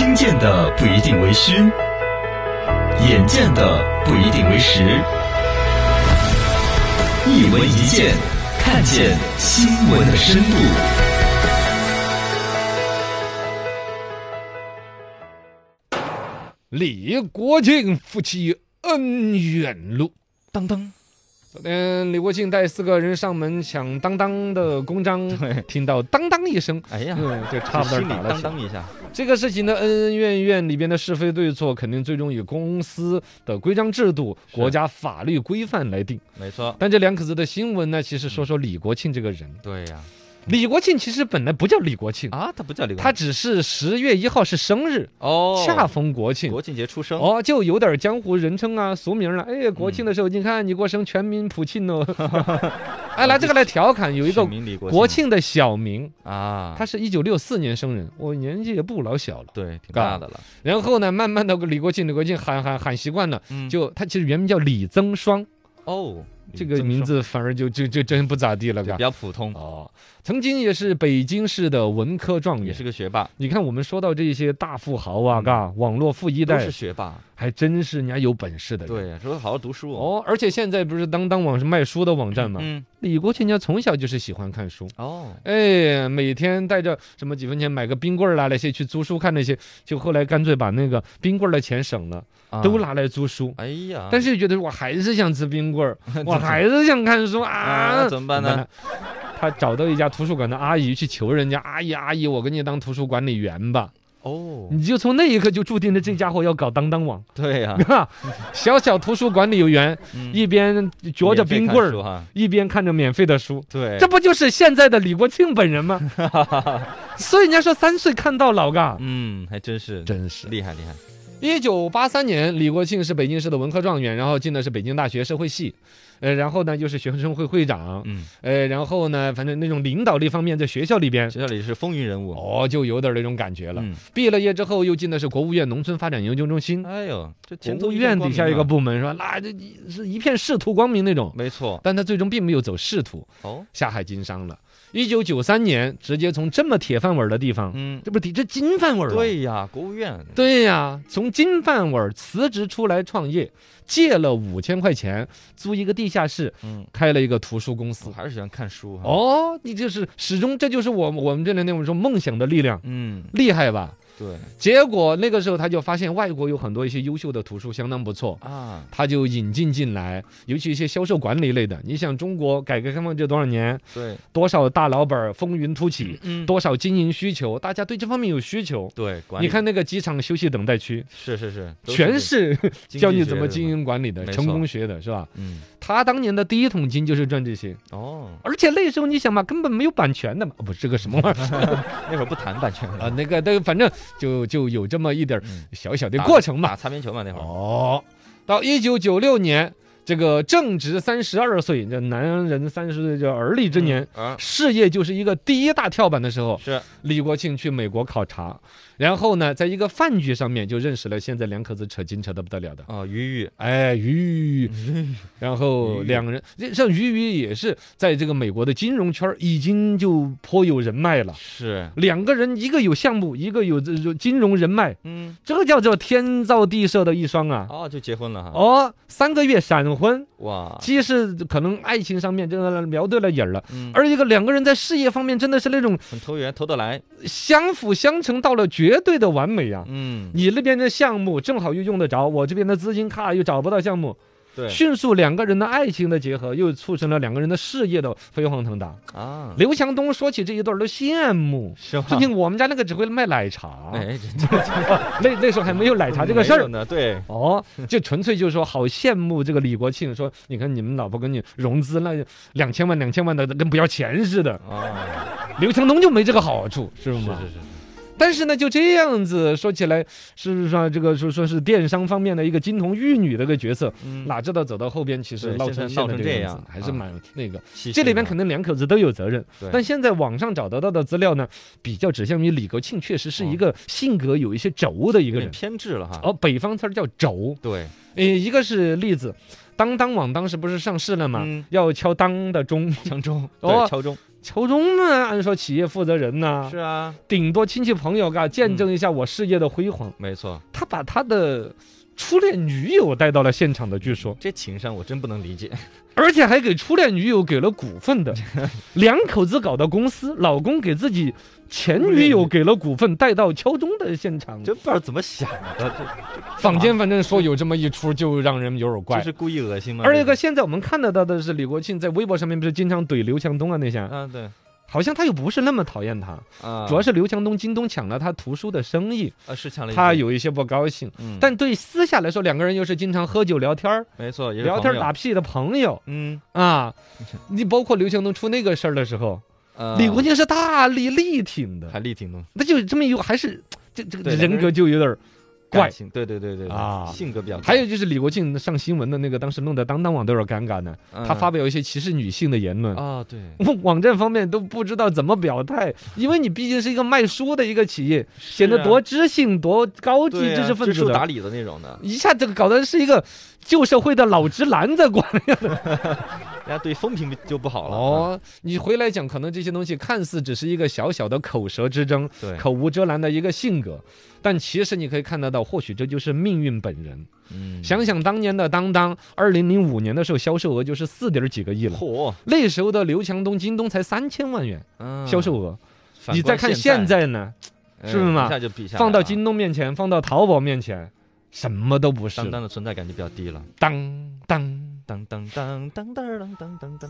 听见的不一定为虚，眼见的不一定为实。一闻一见，看见新闻的深度。 李国庆夫妻恩怨录，当当。昨天李国庆带4个人上门抢当当的公章，听到当当一声， 哎呀， 就差不多打了当当一下。 这个事情的恩恩怨怨里边的是非对错，肯定最终以公司的规章制度、国家法律规范来定。 没错。 但这两口子的新闻呢，其实说李国庆这个人。 对呀。 李国庆其实本来不叫李国庆啊，他不叫李国庆， 他只是10月1号是生日哦， 恰逢国庆， 国庆节出生哦，就有点江湖人称啊、俗名了。哎，国庆的时候，你看你过生全民普庆哦。哎，来这个来调侃，有一个国庆的小名啊，他是1964年生人，我年纪也不老小了， 对，挺大的了。 然后呢，慢慢的李国庆喊习惯了，就他其实原名叫李增双哦。这个名字反而就真不咋地了， 比较普通哦。曾经也是北京市的文科状元， 也是个学霸。 你看我们说到这些大富豪啊，网络富一代都是学霸， 还真是人家有本事的人。 对，说好好读书哦。而且现在不是当网是卖书的网站嘛？李国庆家从小就是喜欢看书哦。哎，每天带着什么几分钱买个冰棍啦，那些去租书看那些，就后来干脆把那个冰棍的钱省了。都拿来租书， 哎呀！ 但是觉得我还是想吃冰棍儿，我还是想看书啊， 怎么办呢？ 他找到一家图书馆的阿姨去求人家，阿姨，我给你当图书管理员吧。哦，你就从那一刻就注定了这家伙要搞当当网。 对呀， 小图书管理员，一边嚼着冰棍儿，一边看着免费的书。 对， 这不就是现在的李国庆本人吗？所以人家说3岁看到老嘎， 还真是厉害。 1983年，李国庆是北京市的文科状元，然后进的是北京大学社会系，然后呢又是学生会会长，然后呢反正那种领导力方面在学校里是风云人物哦，就有点那种感觉了。毕了业之后又进的是国务院农村发展研究中心， 哎呦，这国务院底下一个部门是吧？那这是一片仕途光明那种， 没错。 但他最终并没有走仕途，下海经商了。1993年，直接从这么铁饭碗的地方，这不抵制金饭碗？ 对呀，国务院。 对呀，从金饭碗辞职出来创业，借了5000块钱租一个地下室，开了一个图书公司。 我还是喜欢看书哦，你就是始终，这就是我们这两天我们说梦想的力量，厉害吧？ 对， 结果那个时候他就发现外国有很多一些优秀的图书相当不错啊，他就引进进来，尤其一些销售管理类的。你想中国改革开放这多少年， 对， 多少大老板风云突起，多少经营需求，大家对这方面有需求。 对， 你看那个机场休息等待区， 是， 全是教你怎么经营管理的，成功学的是吧？他当年的第一桶金就是赚这些哦，而且那时候你想嘛，根本没有版权的嘛，不是这个什么玩意儿， 那会儿不谈版权啊，那个反正就有这么一点小小的过程嘛， 打擦边球嘛那会儿。 哦，到1996年，这个正值32岁，这男人30岁就而立之年，事业就是一个第一大跳板的时候， 是李国庆去美国考察。然后呢，在一个饭局上面就认识了现在两口子扯筋扯得不得了的于于，然后两人像于也是在这个美国的金融圈已经就颇有人脉了， 是两个人一个有项目，一个有金融人脉，这个叫做天造地设的一双啊， 就结婚了哈，3个月闪婚， 哇， 既是可能爱情上面真的瞄对了眼了，而一个两个人在事业方面真的是那种很投缘，投得来， 相辅相成到了绝对的完美啊！你那边的项目正好又用得着，我这边的资金卡又找不到项目， 对， 迅速两个人的爱情的结合，又促成了两个人的事业的飞黄腾达啊！刘强东说起这一段都羡慕， 是吧？ 最近我们家那个只会卖奶茶，那时候还没有奶茶这个事儿呢，对， 就纯粹就是说好羡慕这个李国庆，说你看你们老婆跟你融资那2000万的跟不要钱似的啊！刘强东就没这个好处，是吗？ 是。 但是呢，就这样子说起来，是说这个说是电商方面的一个金童玉女的一个角色，哪知道走到后边其实闹成这样，还是蛮那个。这里边可能两口子都有责任，但现在网上找得到的资料呢，比较指向于李国庆确实是一个性格有一些轴的一个人， 偏执了哈。 北方词叫轴， 对， 一个是例子。当网当时不是上市了嘛？要敲当的钟， 敲钟， 敲钟。 邱中呢，按说企业负责人呐， 是啊， 顶多亲戚朋友见证一下我事业的辉煌。 没错， 他把他的初恋女友带到了现场的，据说这情商我真不能理解。 而且还给初恋女友给了股份的，两口子搞到公司，老公给自己前女友给了股份，带到敲钟的现场， 真不知道怎么想的。 坊间反正说有这么一出，就让人有点怪。 这是故意恶心吗？ 而一个现在我们看得到的是李国庆在微博上面不是经常怼刘强东啊那些， 对。 好像他又不是那么讨厌他，主要是刘强东、京东抢了他图书的生意， 是抢了， 他有一些不高兴。但对私下来说，两个人又是经常喝酒聊天， 没错， 聊天打屁的朋友。你包括刘强东出那个事儿的时候，李国庆是大力力挺的， 还力挺的， 那就这么还是这个人格就有点怪， 对性格比较怪。 还有就是李国庆上新闻的那个，当时弄得当当网都有点尴尬呢。他发表一些歧视女性的言论对， 网站方面都不知道怎么表态，因为你毕竟是一个卖书的一个企业，显得多知性、多高级知识分子、 知书达理的那种的， 一下这个搞的是一个旧社会的老直男在管理的。 人家对风评就不好了。 你回来讲，可能这些东西看似只是一个小小的口舌之争，口无遮拦的一个性格，但其实你可以看得到，或许这就是命运本人。想想当年的当当，2005年的时候销售额就是4点几个亿了，那时候的刘强东、京东才3000万元销售额。你再看现在呢，是不是嘛？放到京东面前，放到淘宝面前，什么都不是。 当当的存在感就比较低了。 当当。 当当当当当当当当。